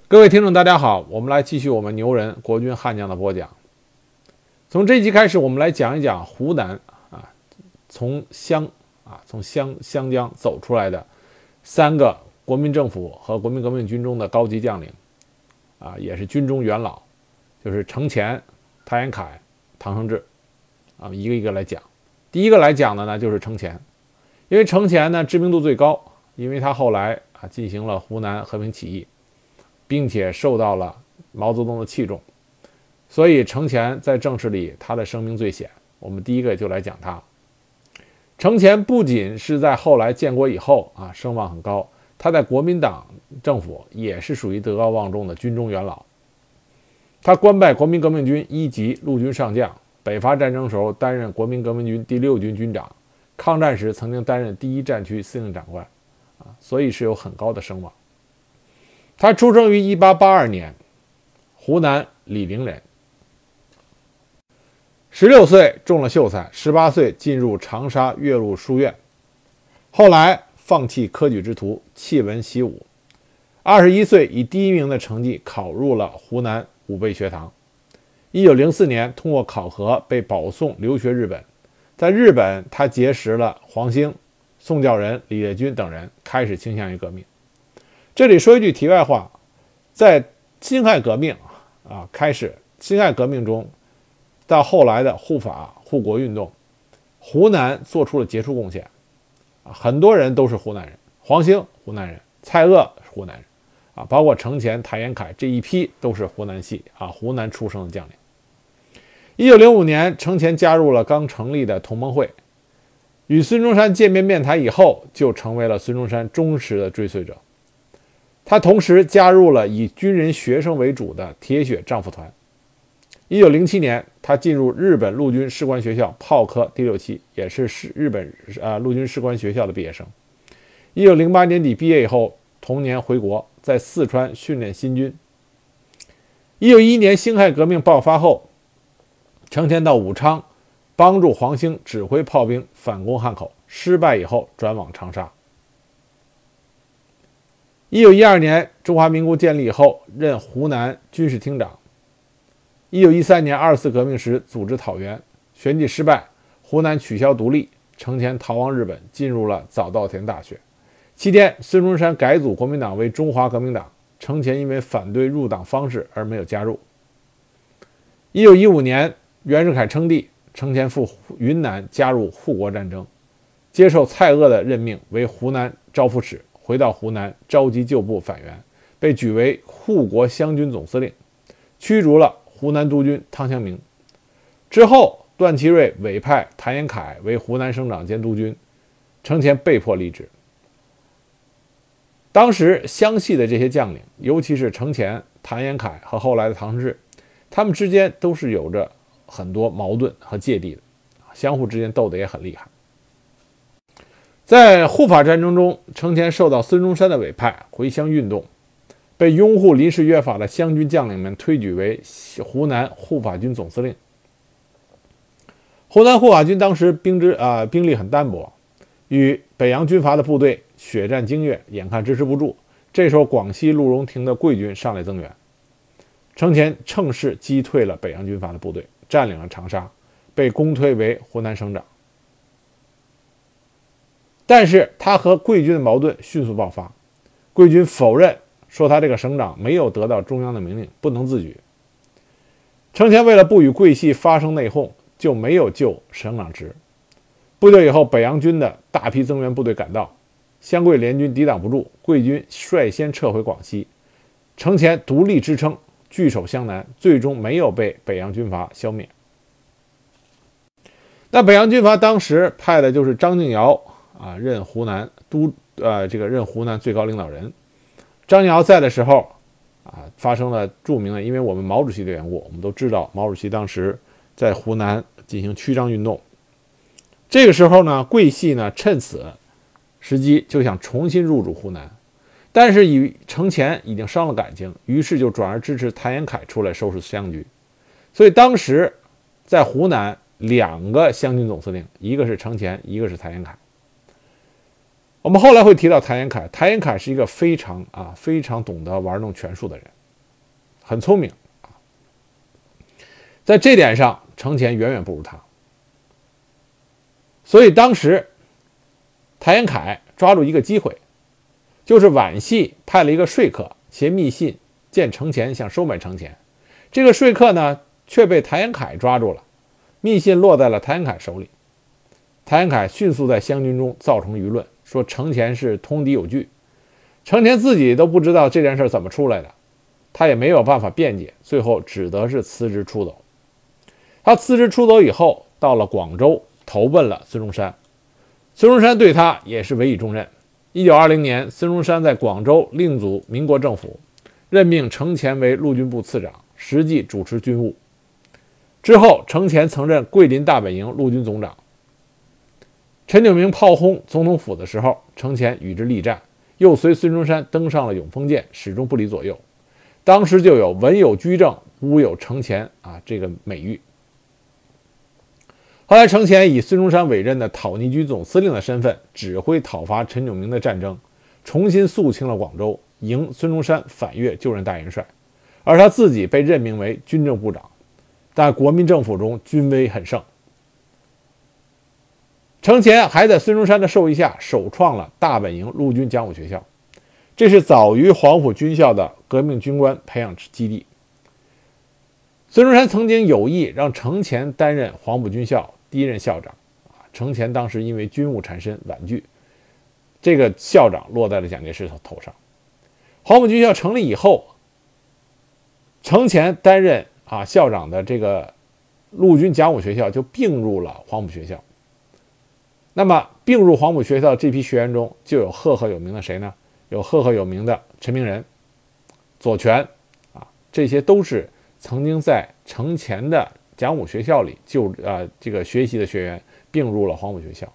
各位听众大家好，我们来继续我们牛人国军悍将的播讲。从这集开始，我们来讲一讲湖南从湘江走出来的三个国民政府和国民革命军中的高级将领也是军中元老，就是程潜、谭延闿、唐生智一个一个来讲。第一个来讲的呢就是程潜，因为程潜呢知名度最高，因为他后来进行了湖南和平起义，并且受到了毛泽东的器重，所以程潜在正史里他的声名最显。我们第一个就来讲他。程潜不仅是在后来建国以后声望很高，他在国民党政府也是属于德高望重的军中元老。他官拜国民革命军1级陆军上将，北伐战争时候担任国民革命军第6军军长，抗战时曾经担任第1战区司令长官所以是有很高的声望。他出生于1882年，湖南醴陵人。16岁中了秀才，18岁进入长沙岳麓书院，后来放弃科举之途，弃文习武。21岁以第1名的成绩考入了湖南武备学堂。1904年通过考核被保送留学日本，在日本他结识了黄兴、宋教仁、李烈钧等人，开始倾向于革命。这里说一句题外话，在辛亥革命辛亥革命中到后来的护法护国运动，湖南做出了杰出贡献很多人都是湖南人，黄兴湖南人，蔡锷湖南人包括程潜、谭延闿这一批都是湖南系湖南出生的将领。1905年程潜加入了刚成立的同盟会，与孙中山见面面谈以后，就成为了孙中山忠实的追随者。他同时加入了以军人学生为主的铁血丈夫团。1907年他进入日本陆军士官学校炮科第6期，也是日本陆军士官学校的毕业生。1908年底毕业以后，同年回国，在四川训练新军。1911年辛亥革命爆发后，程潜到武昌帮助黄兴指挥炮兵反攻汉口，失败以后转往长沙。1912年中华民国建立以后，任湖南军事厅长。1913年2次革命时组织讨袁，旋即失败，湖南取消独立，程潜逃亡日本，进入了早稻田大学。期间孙中山改组国民党为中华革命党，程潜因为反对入党方式而没有加入。1915年袁世凯称帝，程潜赴云南加入护国战争，接受蔡锷的任命为湖南招抚使，回到湖南召集旧部反袁，被举为护国湘军总司令，驱逐了湖南督军汤祥明。之后段祺瑞委派谭延闿为湖南省长兼督军，程潜被迫离职。当时湘系的这些将领，尤其是程潜、谭延闿和后来的唐生智，他们之间都是有着很多矛盾和芥蒂的，相互之间斗得也很厉害。在护法战争中，程潜受到孙中山的委派回乡运动，被拥护临时约法的湘军将领们推举为湖南护法军总司令。湖南护法军当时兵力很单薄，与北洋军阀的部队血战经越，眼看支持不住。这时候广西陆荣廷的桂军上来增援，程潜乘势击退了北洋军阀的部队，占领了长沙，被公推为湖南省长。但是他和桂军的矛盾迅速爆发，桂军否认，说他这个省长没有得到中央的命令，不能自举。程潜为了不与桂系发生内讧，就没有就省长职。不久以后，北洋军的大批增援部队赶到，湘桂联军抵挡不住，桂军率先撤回广西，程潜独立支撑，据守湘南，最终没有被北洋军阀消灭。那北洋军阀当时派的就是张敬尧任湖南最高领导人。张敬尧在的时候发生了著名的，因为我们毛主席的缘故，我们都知道毛主席当时在湖南进行驱张运动。这个时候呢，桂系呢趁此时机就想重新入主湖南，但是与程潜已经伤了感情，于是就转而支持谭延闿出来收拾湘军。所以当时在湖南2个湘军总司令，一个是程潜，一个是谭延闿。我们后来会提到谭延闿，谭延闿是一个非常懂得玩弄权术的人很聪明，在这点上程潜远远不如他。所以当时谭延闿抓住一个机会，就是皖系派了一个说客携密信见程潜，想收买程潜。这个说客呢却被谭延闿抓住了，密信落在了谭延闿手里。谭延闿迅速在湘军中造成舆论，说程潜是通敌有据。程潜自己都不知道这件事怎么出来的，他也没有办法辩解，最后只得是辞职出走。他辞职出走以后，到了广州投奔了孙中山。孙中山对他也是委以重任。1920年，孙中山在广州另组民国政府，任命程潜为陆军部次长，实际主持军务。之后，程潜曾任桂林大本营陆军总长。陈炯明炮轰总统府的时候，程潜与之力战，又随孙中山登上了永丰舰，始终不离左右。当时就有文有居正，武有程潜这个美誉。后来程潜以孙中山委任的讨逆军总司令的身份，指挥讨伐陈炯明的战争，重新肃清了广州，迎孙中山返粤就任大元帅，而他自己被任命为军政部长，在国民政府中军威很盛。程潜还在孙中山的授意下首创了大本营陆军讲武学校，这是早于黄埔军校的革命军官培养基地。孙中山曾经有意让程潜担任黄埔军校第一任校长，程潜当时因为军务缠身婉拒，这个校长落在了蒋介石头上。黄埔军校成立以后，程潜担任校长的这个陆军讲武学校就并入了黄埔学校。那么并入黄埔学校这批学员中，就有赫赫有名的谁呢？有赫赫有名的陈明仁、左权这些都是曾经在程潜的讲武学校里这个学习的学员，并入了黄埔学校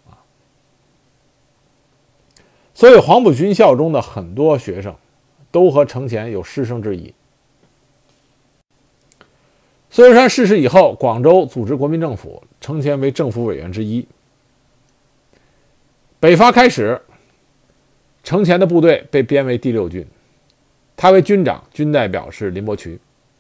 所以黄埔军校中的很多学生都和程潜有师生之谊。孙中山逝世以后，广州组织国民政府，程潜为政府委员之一。北伐开始，程潜的部队被编为第6军，他为军长，军代表是林伯渠。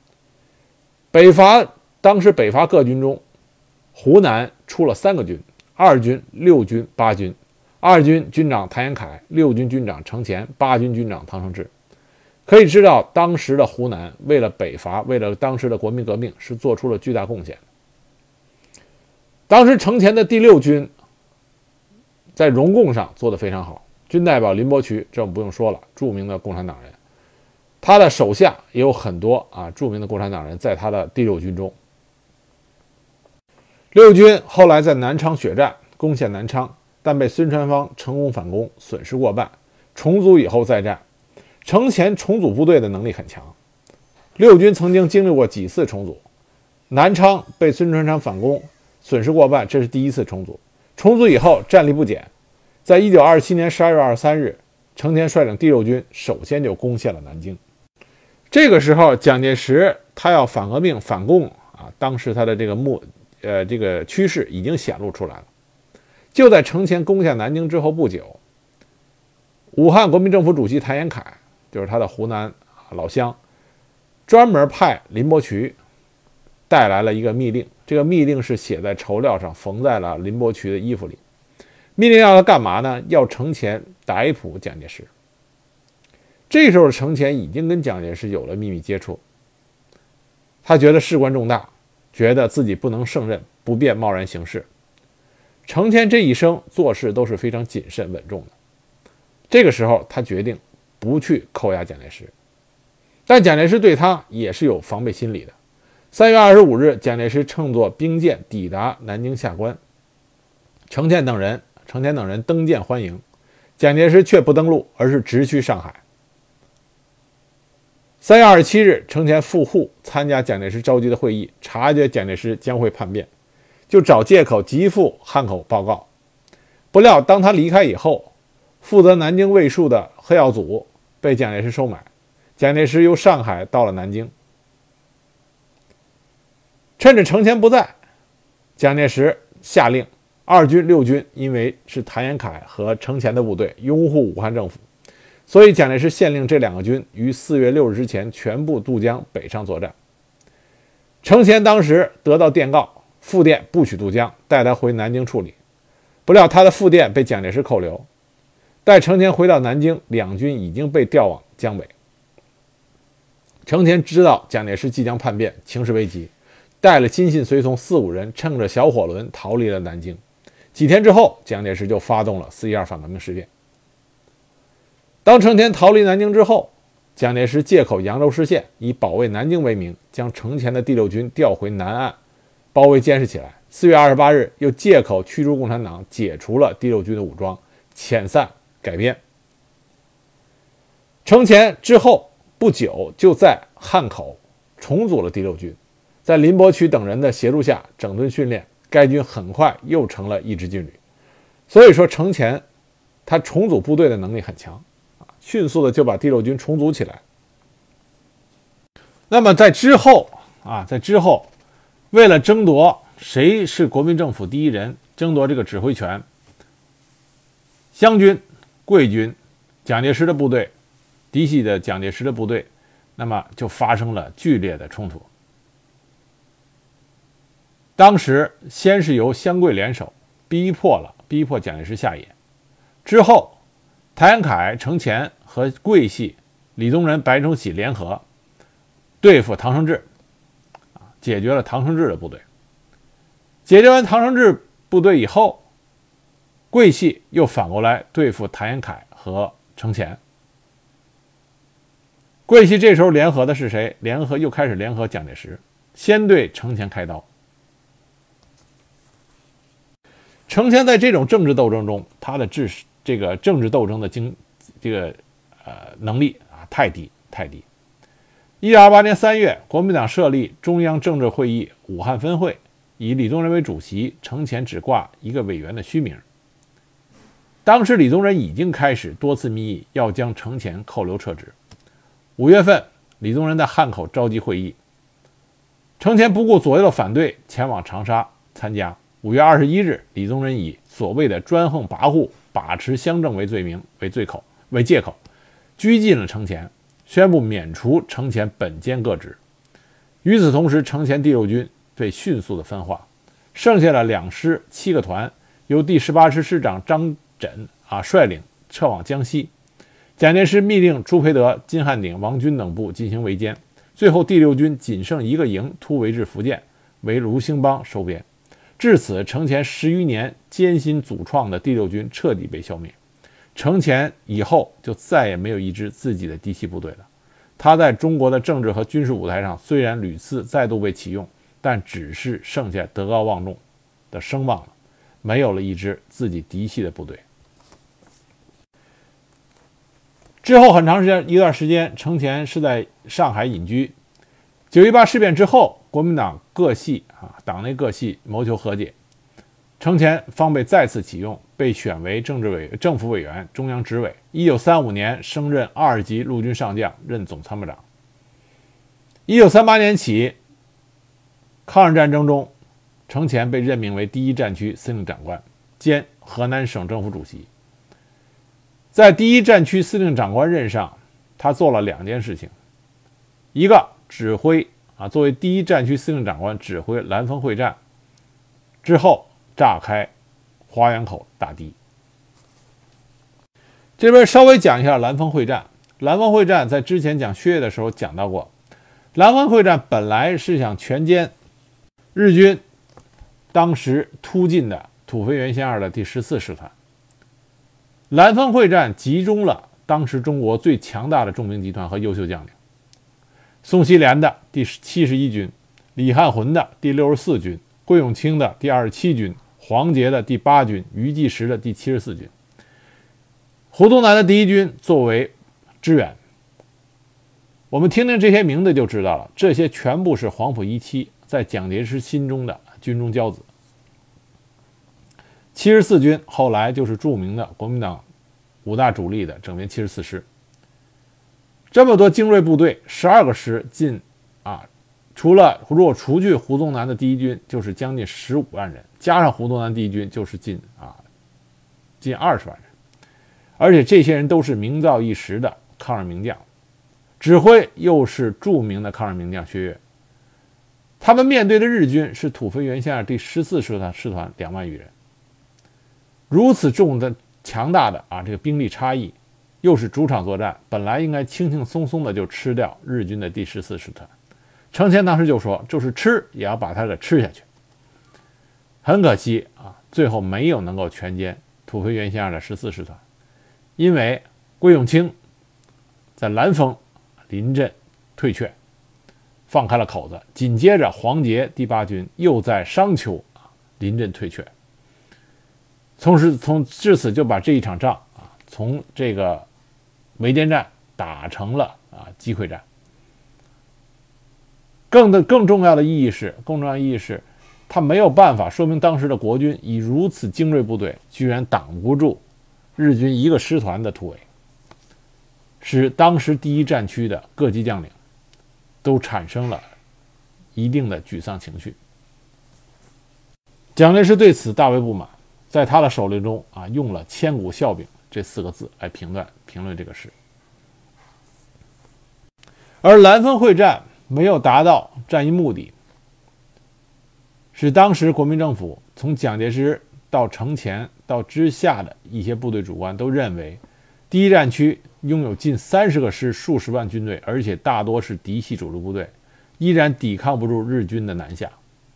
当时北伐各军中，湖南出了3个军，2军、6军、8军。2军军长谭延闿，6军军长程潜，8军军长唐生智。可以知道，当时的湖南为了北伐，为了当时的国民革命，是做出了巨大贡献。当时程潜的第6军在容共上做得非常好，军代表林伯渠这我们不用说了，著名的共产党人，他的手下也有很多著名的共产党人在他的第6军中。6军后来在南昌血战，攻陷南昌，但被孙传芳成功反攻，损失过半，重组以后再战。程潜重组部队的能力很强，6军曾经经历过几次重组。南昌被孙传芳反攻，损失过半，这是第1次重组。重组以后战力不减，在1927年12月23日，程潜率领第6军首先就攻陷了南京。这个时候蒋介石他要反革命反共当时他的这个趋势已经显露出来了。就在程潜攻下南京之后不久，武汉国民政府主席谭延闿，就是他的湖南老乡，专门派林伯渠带来了一个密令，这个密令是写在绸料上，缝在了林伯渠的衣服里。密令要他干嘛呢？要程潜逮捕蒋介石。这时候程潜已经跟蒋介石有了秘密接触，他觉得事关重大，觉得自己不能胜任，不便贸然行事。程潜这一生做事都是非常谨慎稳重的。这个时候他决定不去扣押蒋介石，但蒋介石对他也是有防备心理的。3月25日，蒋介石乘坐兵舰抵达南京下关，程潜等人登舰欢迎，蒋介石却不登陆，而是直趋上海。3月27日，程潜赴沪参加蒋介石召集的会议，察觉蒋介石将会叛变，就找借口急赴汉口报告。不料当他离开以后，负责南京卫戍的贺耀祖被蒋介石收买，蒋介石由上海到了南京。趁着程潜不在，蒋介石下令2军、6军因为是谭延闿和程潜的部队拥护武汉政府， 所以蒋介石限令这2个军于4月6日之前全部渡江北上作战。程潜当时得到电告，复电不许渡江，带他回南京处理。不料他的复电被蒋介石扣留。待程潜回到南京，2军已经被调往江北。程潜知道蒋介石即将叛变，情势危急，带了亲信随从4、5人，乘着小火轮逃离了南京。几天之后，蒋介石就发动了4·12反革命事变。当程潜逃离南京之后，蒋介石借口扬州失陷，以保卫南京为名，将程潜的第6军调回南岸，包围监视起来。4月28日，又借口驱逐共产党，解除了第6军的武装，遣散改编。程潜之后不久就在汉口重组了第6军，在林伯渠等人的协助下整顿训练，该军很快又成了一支军旅。所以说程潜他重组部队的能力很强，迅速的就把第6军重组起来。那么在之后，为了争夺谁是国民政府第一人，争夺这个指挥权，湘军、桂军、蒋介石的部队、嫡系的蒋介石的部队，那么就发生了剧烈的冲突。当时先是由湘桂联手逼迫蒋介石下野，之后谭延闿、程潜和桂系李宗仁、白崇禧联合对付唐生智，解决了唐生智的部队。解决完唐生智部队以后，桂系又反过来对付谭延闿和程潜。桂系这时候联合的是谁？又开始联合蒋介石，先对程潜开刀。程潜在这种政治斗争中，他的这个政治斗争的能力太低。1928年3月，国民党设立中央政治会议武汉分会，以李宗仁为主席，程潜只挂一个委员的虚名。当时李宗仁已经开始多次密议要将程潜扣留撤职。5月份，李宗仁在汉口召集会议，程潜不顾左右的反对，前往长沙参加。5月21日，李宗仁以所谓的专横跋扈、把持乡政为借口，拘禁了程潜，宣布免除程潜本兼各职。与此同时，程潜第6军被迅速的分化，剩下了2师7个团，由第18师师长张轸率领撤往江西。蒋介石密令朱培德、金汉鼎、王军等部进行围歼，最后第6军仅剩1个营突围至福建，为卢兴邦收编。至此，程潜10余年艰辛组创的第6军彻底被消灭。程潜以后就再也没有一支自己的嫡系部队了。他在中国的政治和军事舞台上虽然屡次再度被启用，但只是剩下德高望重的声望了，没有了一支自己嫡系的部队。之后很长一段时间，程潜是在上海隐居。9·18事变之后，国民党各系党内各系谋求和解，程潜方被再次启用，被选为政府委员、中央执委。1935年升任2级陆军上将，任总参谋长。1938年起，抗日战争中，程潜被任命为第1战区司令长官兼河南省政府主席。在第1战区司令长官任上，他做了2件事情，一个指挥作为第1战区司令长官指挥兰峰会战，之后炸开花园口大堤。这边稍微讲一下兰峰会战。兰峰会战在之前讲薛岳的时候讲到过，兰峰会战本来是想全歼日军当时突进的土肥原贤二的第14师团。兰峰会战集中了当时中国最强大的重兵集团和优秀将领，宋希濂的第71军，李汉魂的第64军，桂永清的第27军，黄杰的第8军，余继时的第74军，胡宗南的第1军作为支援。我们听听这些名字就知道了，这些全部是黄埔一期在蒋介石心中的军中骄子。74军后来就是著名的国民党5大主力的整编74师。这么多精锐部队，12个师如果除去胡宗南的第1军，就是将近15万人，加上胡宗南第1军就是近20万人。 而且这些人都是名噪一时的抗日名将，指挥又是著名的抗日名将薛岳。他们面对的日军是土肥原先生第14师团2万余人，如此强大的这个兵力差异，又是主场作战，本来应该轻轻松松的就吃掉日军的第14师团。程潜当时就说，就是吃也要把它给吃下去。很可惜最后没有能够全歼土肥原先生的14师团，因为桂永清在兰峰临阵退却，放开了口子。紧接着黄杰第8军又在商丘临阵退却，至此就把这一场仗从这个围歼战打成了击溃战。更重要的意义是，他没有办法说明当时的国军以如此精锐部队居然挡不住日军一个师团的突围，使当时第一战区的各级将领都产生了一定的沮丧情绪。蒋介石对此大为不满，在他的手令中用了千古笑柄这4个字来评论这个事。而兰峰会战没有达到战役目的，使当时国民政府从蒋介石到程潜到之下的一些部队主官都认为，第一战区拥有近30个师、数十万军队，而且大多是嫡系主力部队，依然抵抗不住日军的南下。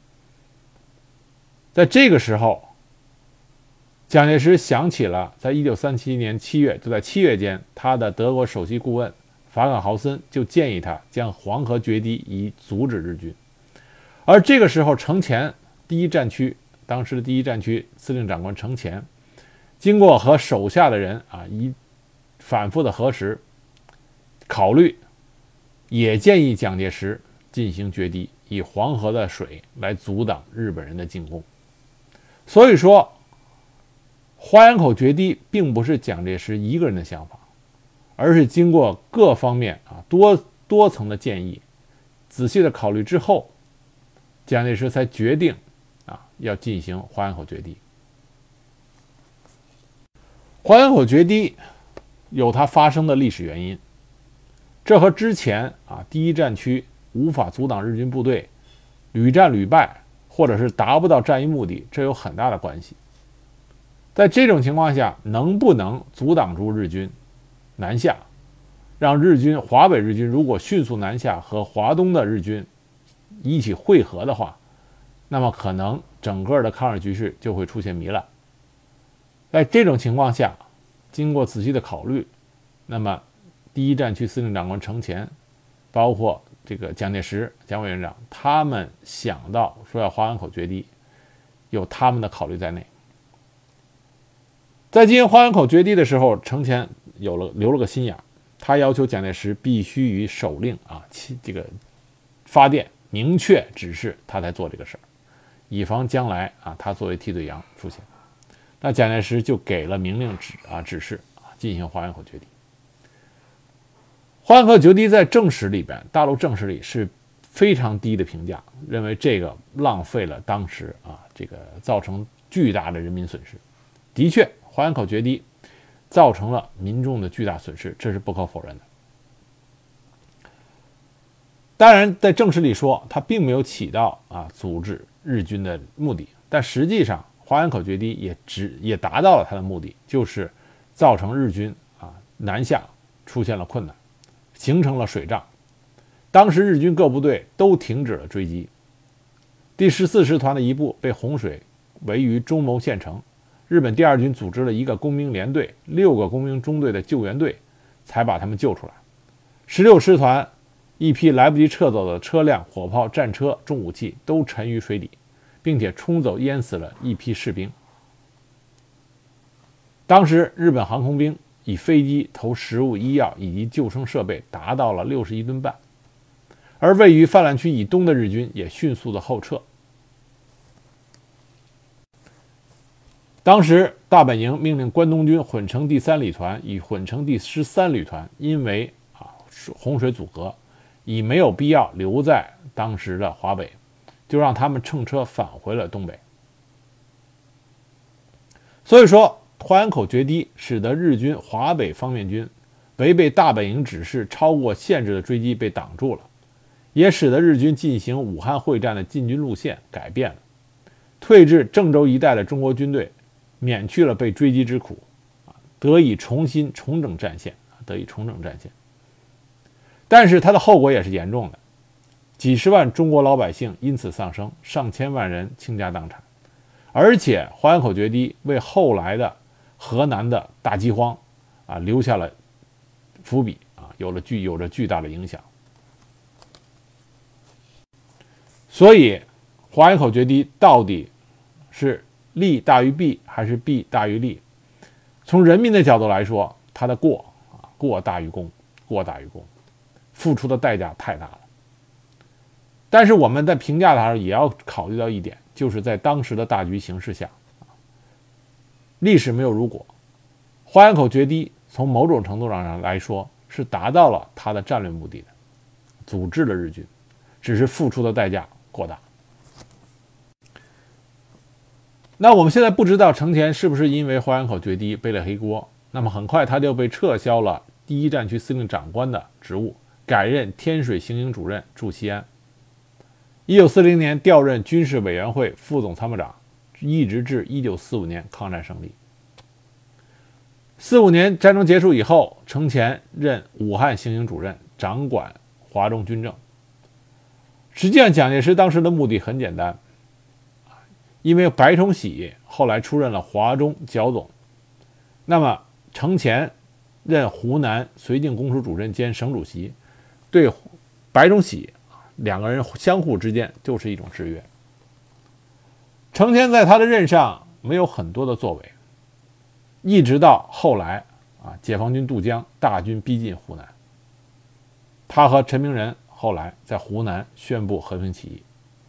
在这个时候，蒋介石想起了在1937年7月，就在7月间，他的德国首席顾问法岗豪森就建议他将黄河决堤，以阻止日军。而这个时候，程潜当时的第一战区司令长官程潜，经过和手下的人反复的核实考虑，也建议蒋介石进行决堤，以黄河的水来阻挡日本人的进攻。所以说，花园口决堤并不是蒋介石一个人的想法，而是经过各方面多层的建议，仔细的考虑之后，蒋介石才决定要进行花园口决堤。花园口决堤有它发生的历史原因，这和之前第一战区无法阻挡日军部队，屡战屡败，或者是达不到战役目的，这有很大的关系。在这种情况下，能不能阻挡住日军南下，让华北日军如果迅速南下和华东的日军一起汇合的话，那么可能整个的抗日局势就会出现糜烂。在这种情况下，经过仔细的考虑，那么第一战区司令长官程潜，包括这个蒋介石蒋委员长，他们想到说要花园口决堤，有他们的考虑在内。在进行花园口决堤的时候，程潜留了个心眼，他要求蒋介石必须于手令这个发电明确指示他才做这个事儿，以防将来他作为替罪羊出现。那蒋介石就给了明令指示进行花园口决堤。花园口决堤在正史里边，大陆正史里是非常低的评价，认为这个浪费了当时这个造成巨大的人民损失。的确，花园口决堤造成了民众的巨大损失，这是不可否认的。当然，在正史里说它并没有起到阻止日军的目的，但实际上花园口决堤也达到了它的目的，就是造成日军南下出现了困难，形成了水仗。当时日军各部队都停止了追击，第14师团的一部被洪水围于中牟县城，日本第2军组织了一个工兵连队、6个工兵中队的救援队，才把他们救出来。16师团一批来不及撤走的车辆、火炮、战车、重武器都沉于水底，并且冲走淹死了一批士兵。当时日本航空兵以飞机投食物、医药以及救生设备达到了61吨半，而位于泛滥区以东的日军也迅速的后撤。当时大本营命令关东军混成第3旅团与混成第13旅团，因为洪水阻隔，已没有必要留在当时的华北，就让他们乘车返回了东北。所以说， 花园口决堤，使得日军华北方面军违背大本营指示超过限制的追击被挡住了，也使得日军进行武汉会战的进军路线改变了，退至郑州一带的中国军队免去了被追击之苦，得以重整战线。但是它的后果也是严重的，几十万中国老百姓因此丧生，上千万人倾家荡产，而且花园口决堤为后来的河南的大饥荒留下了伏笔有着巨大的影响。所以花园口决堤到底是利大于弊还是弊大于利？从人民的角度来说，它的过大于功，付出的代价太大了。但是我们在评价它时也要考虑到一点，就是在当时的大局形势下，历史没有如果，花园口决堤从某种程度上来说是达到了它的战略目的的，阻滞了日军，只是付出的代价过大。那我们现在不知道程潜是不是因为花园口决堤背了黑锅，那么很快他就被撤销了第一战区司令长官的职务，改任天水行营主任，驻西安。1940年调任军事委员会副总参谋长，一直至1945年抗战胜利。45年战争结束以后，程潜任武汉行营主任，掌管华中军政。实际上蒋介石当时的目的很简单，因为白崇禧后来出任了华中剿总，那么程潜任湖南绥靖公署主任兼省主席，对白崇禧两个人相互之间就是一种制约。程潜在他的任上没有很多的作为，一直到后来解放军渡江，大军逼近湖南，他和陈明仁后来在湖南宣布和平起义。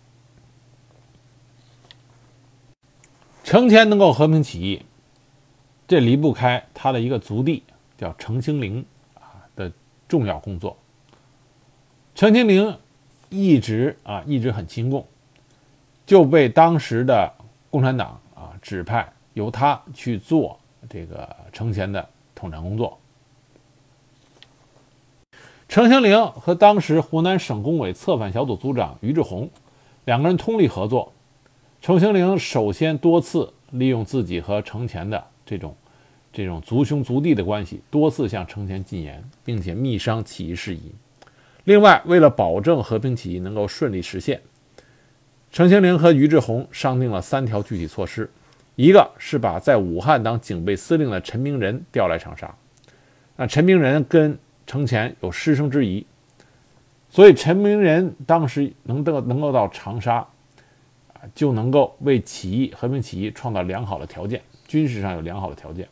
程潜能够和平起义，这离不开他的一个族弟叫程青龄的重要工作。程青龄一直很亲共，就被当时的共产党指派由他去做这个程潜的统战工作。程青龄和当时湖南省工委策反小组组长于志宏两个人通力合作。程青龄首先多次利用自己和程潜的这种族兄族弟的关系，多次向程潜进言，并且密商起义事宜。另外，为了保证和平起义能够顺利实现，程青龄和于志宏商定了3条具体措施。一个是把在武汉当警备司令的陈明仁调来长沙。陈明仁跟程潜有师生之谊，所以陈明仁当时能够到长沙，就能够为和平起义创造良好的条件，军事上有良好的条件。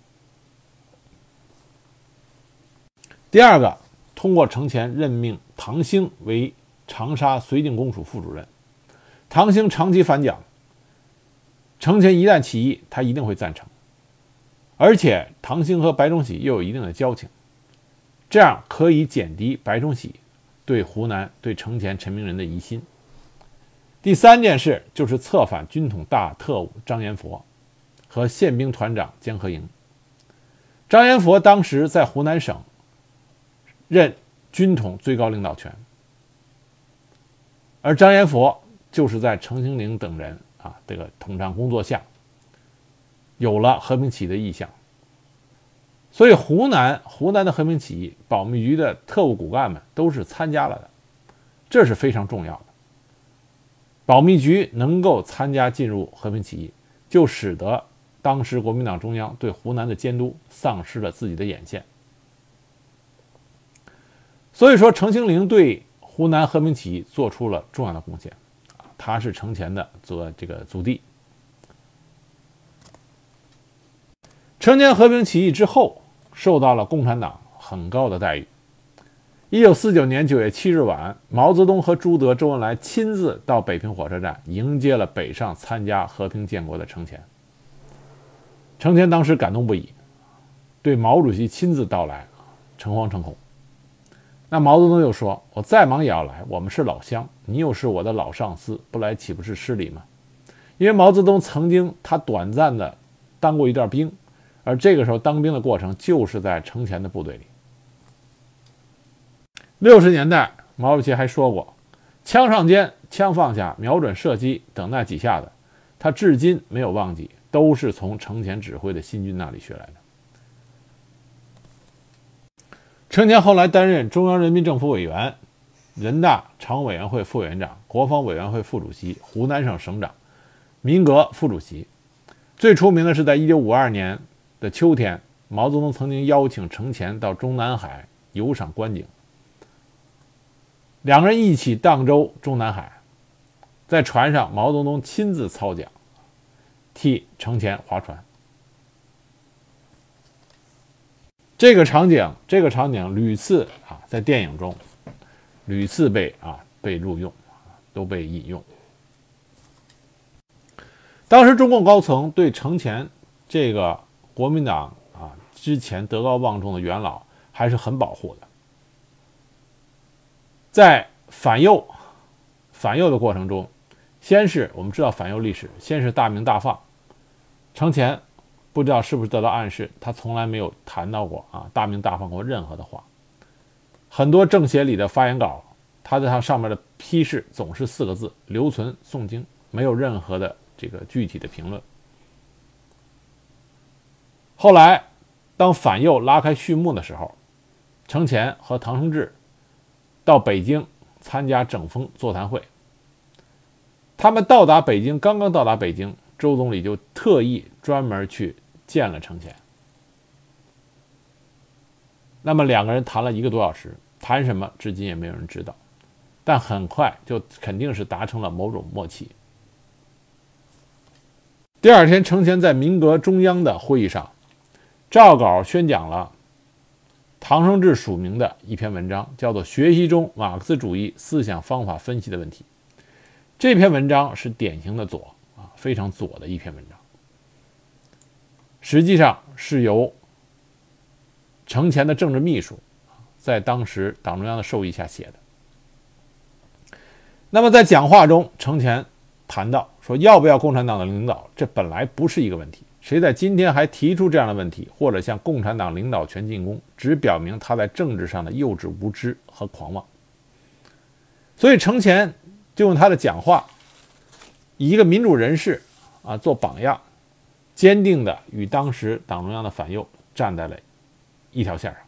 第二个，通过程潜任命唐兴为长沙绥靖公署副主任。唐兴长期反蒋，程潜一旦起义，他一定会赞成，而且唐兴和白崇禧又有一定的交情，这样可以减低白崇禧对湖南对程潜陈明仁的疑心。第3件事就是策反军统大特务张延佛和宪兵团长江河营。张延佛当时在湖南省任军统最高领导权，而张延佛就是在程青龄等人这个统战工作下有了和平起义的意向。所以湖南的和平起义，保密局的特务骨干们都是参加了的，这是非常重要的。保密局能够参加进入和平起义，就使得当时国民党中央对湖南的监督丧失了自己的眼线。所以说程青龄对湖南和平起义做出了重要的贡献，他是程潜的这个族弟。程潜和平起义之后，受到了共产党很高的待遇。1949年9月7日晚，毛泽东和朱德、周恩来亲自到北平火车站迎接了北上参加和平建国的程潜。程潜当时感动不已，对毛主席亲自到来诚惶诚恐。那毛泽东又说：“我再忙也要来，我们是老乡，你又是我的老上司，不来岂不是失礼吗？”因为毛泽东曾经他短暂的当过一段兵，而这个时候当兵的过程就是在程前的部队里。60年代，毛主席还说过，枪上肩，枪放下，瞄准射击等那几下子，他至今没有忘记，都是从程前指挥的新军那里学来的。程前后来担任中央人民政府委员、人大常务委员会副委员长、国防委员会副主席、湖南省省长、民革副主席。最出名的是在1952年的秋天，毛泽东曾经邀请程前到中南海游赏观景，两个人一起荡舟中南海，在船上毛泽东亲自操桨，替程前划船。这个场景屡次在电影中屡次被录用，都被引用。当时中共高层对程前这个国民党之前德高望重的元老还是很保护的。在反右的过程中，先是我们知道反右历史，先是大鸣大放，程前不知道是不是得到暗示，他从来没有谈到过大鸣大放过任何的话。很多政协里的发言稿，他在他上面的批示总是4个字：留存诵经，没有任何的这个具体的评论。后来当反右拉开序幕的时候，程前和唐生智到北京参加整风座谈会。他们刚刚到达北京，周总理就特意专门去见了程前。那么两个人谈了1个多小时，谈什么至今也没有人知道，但很快就肯定是达成了某种默契。第二天，程前在民革中央的会议上照稿宣讲了唐生智署名的一篇文章，叫做《学习中马克思主义思想方法分析的问题》。这篇文章是典型的左非常左的一篇文章，实际上是由程前的政治秘书在当时党中央的授意下写的。那么在讲话中，程前谈到说，要不要共产党的领导，这本来不是一个问题，谁在今天还提出这样的问题，或者向共产党领导权进攻，只表明他在政治上的幼稚无知和狂妄。所以程前就用他的讲话，以一个民主人士做榜样，坚定地与当时党中央的反右站在了一条线上。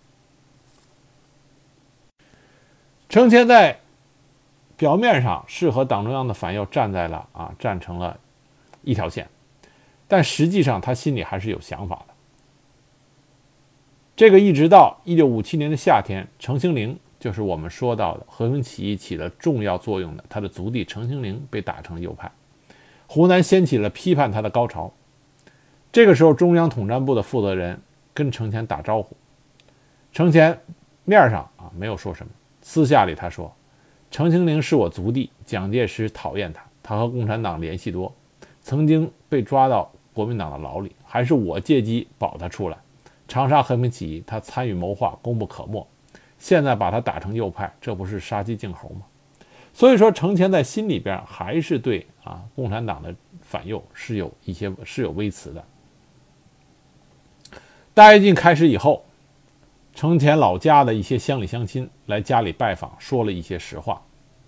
程前在表面上是和党中央的反右站成了一条线，但实际上他心里还是有想法的。这个一直到1957年的夏天，程兴龄，就是我们说到的和平起义起了重要作用的他的族弟程兴龄被打成了右派，湖南掀起了批判他的高潮。这个时候，中央统战部的负责人跟程前打招呼，程前面上没有说什么，私下里他说，程兴龄是我族弟，蒋介石讨厌他，他和共产党联系多，曾经被抓到国民党的牢里，还是我借机保他出来。长沙和平起义他参与谋划，功不可没，现在把他打成右派，这不是杀鸡儆猴吗？所以说程前在心里边还是对共产党的反右是有微词的。大跃进开始以后，程前老家的一些乡里乡亲来家里拜访，说了一些实话。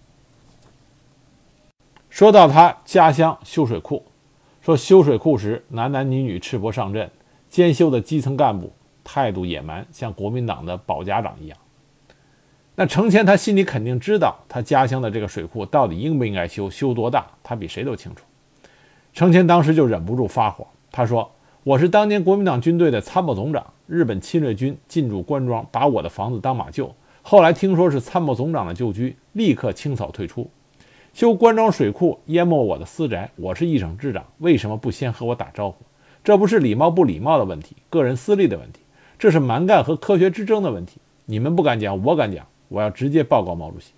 说到他家乡修水库，说修水库时男男女女赤膊上阵，监修的基层干部态度野蛮，像国民党的保家长一样。那程前他心里肯定知道他家乡的这个水库到底应不应该修，修多大，他比谁都清楚。程前当时就忍不住发火，他说，我是当年国民党军队的参谋总长，日本侵略军进驻关庄，把我的房子当马厩，后来听说是参谋总长的旧居，立刻清扫退出。修关庄水库淹没我的私宅，我是一省之长，为什么不先和我打招呼？这不是礼貌不礼貌的问题，个人私利的问题，这是蛮干和科学之争的问题。你们不敢讲，我敢讲，我要直接报告毛主席。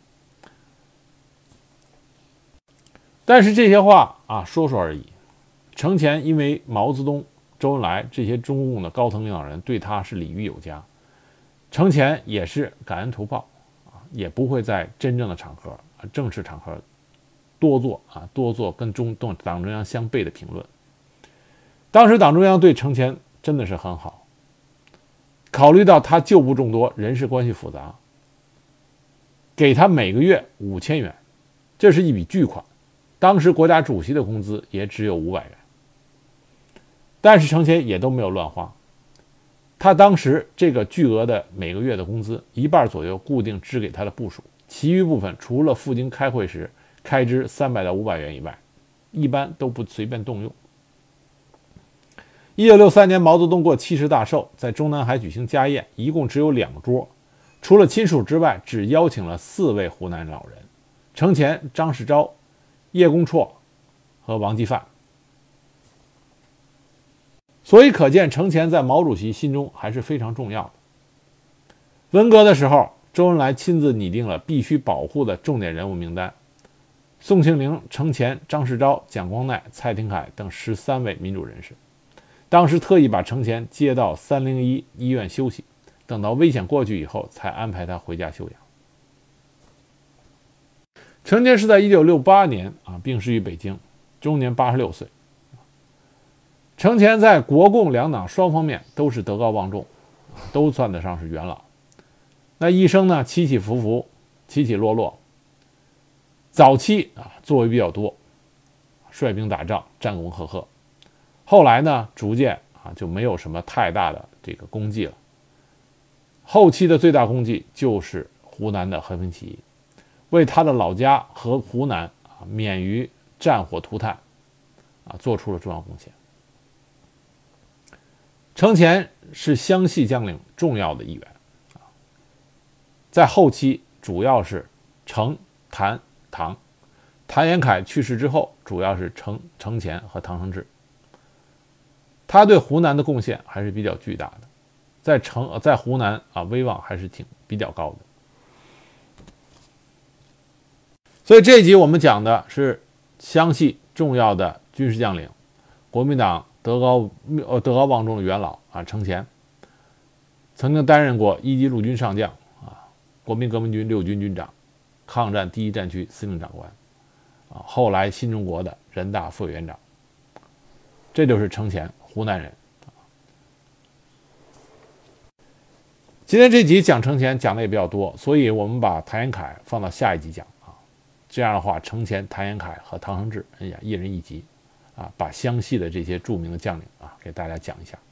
但是这些话说说而已。程前因为毛泽东、周恩来这些中共的高层领导人对他是礼遇有加，程前也是感恩图报也不会在真正的场合正式场合多做跟党中央相悖的评论。 当时党中央对程潜真的是很好，考虑到他旧部众多，人事关系复杂，给他每个月5000元，这是一笔巨款，当时国家主席的工资也只有500元。但是程潜也都没有乱花，他当时这个巨额的每个月的工资一半左右固定支给他的部属，其余部分除了赴京开会时开支300到500元以外，一般都不随便动用。1963年，毛泽东过70大寿，在中南海举行家宴，一共只有2桌，除了亲属之外，只邀请了4位湖南老人：程潜、张世钊、叶公绰和王继范。所以可见，程潜在毛主席心中还是非常重要的。文革的时候，周恩来亲自拟定了必须保护的重点人物名单，宋庆龄、程潜、张世钊、蒋光鼐、蔡廷锴等13位民主人士。当时特意把程潜接到301医院休息，等到危险过去以后，才安排他回家休养。程潜是在1968年病逝于北京，终年86岁。程潜在国共两党双方面都是德高望重，都算得上是元老。那一生呢，起起伏伏，起起落落。早期作为比较多，率兵打仗，战功赫赫。后来呢，逐渐就没有什么太大的这个功绩了。后期的最大功绩就是湖南的和平起义，为他的老家和湖南免于战火涂炭做出了重要贡献。程潜是湘系将领重要的一员，在后期主要是程、谭、唐。谭延闿去世之后，主要是程潜和唐生智。他对湖南的贡献还是比较巨大的，在湖南威望还是比较高的。所以这一集我们讲的是湘系重要的军事将领，国民党德高望重的元老程潜，曾经担任过1级陆军上将国民革命军6军军长，抗战第1战区司令长官后来新中国的人大副委员长。这就是程潜，湖南人。今天这集讲程潜讲的也比较多，所以我们把谭延闿放到下一集讲这样的话，程潜、谭延闿和唐生智，一人一集把湘系的这些著名的将领给大家讲一下。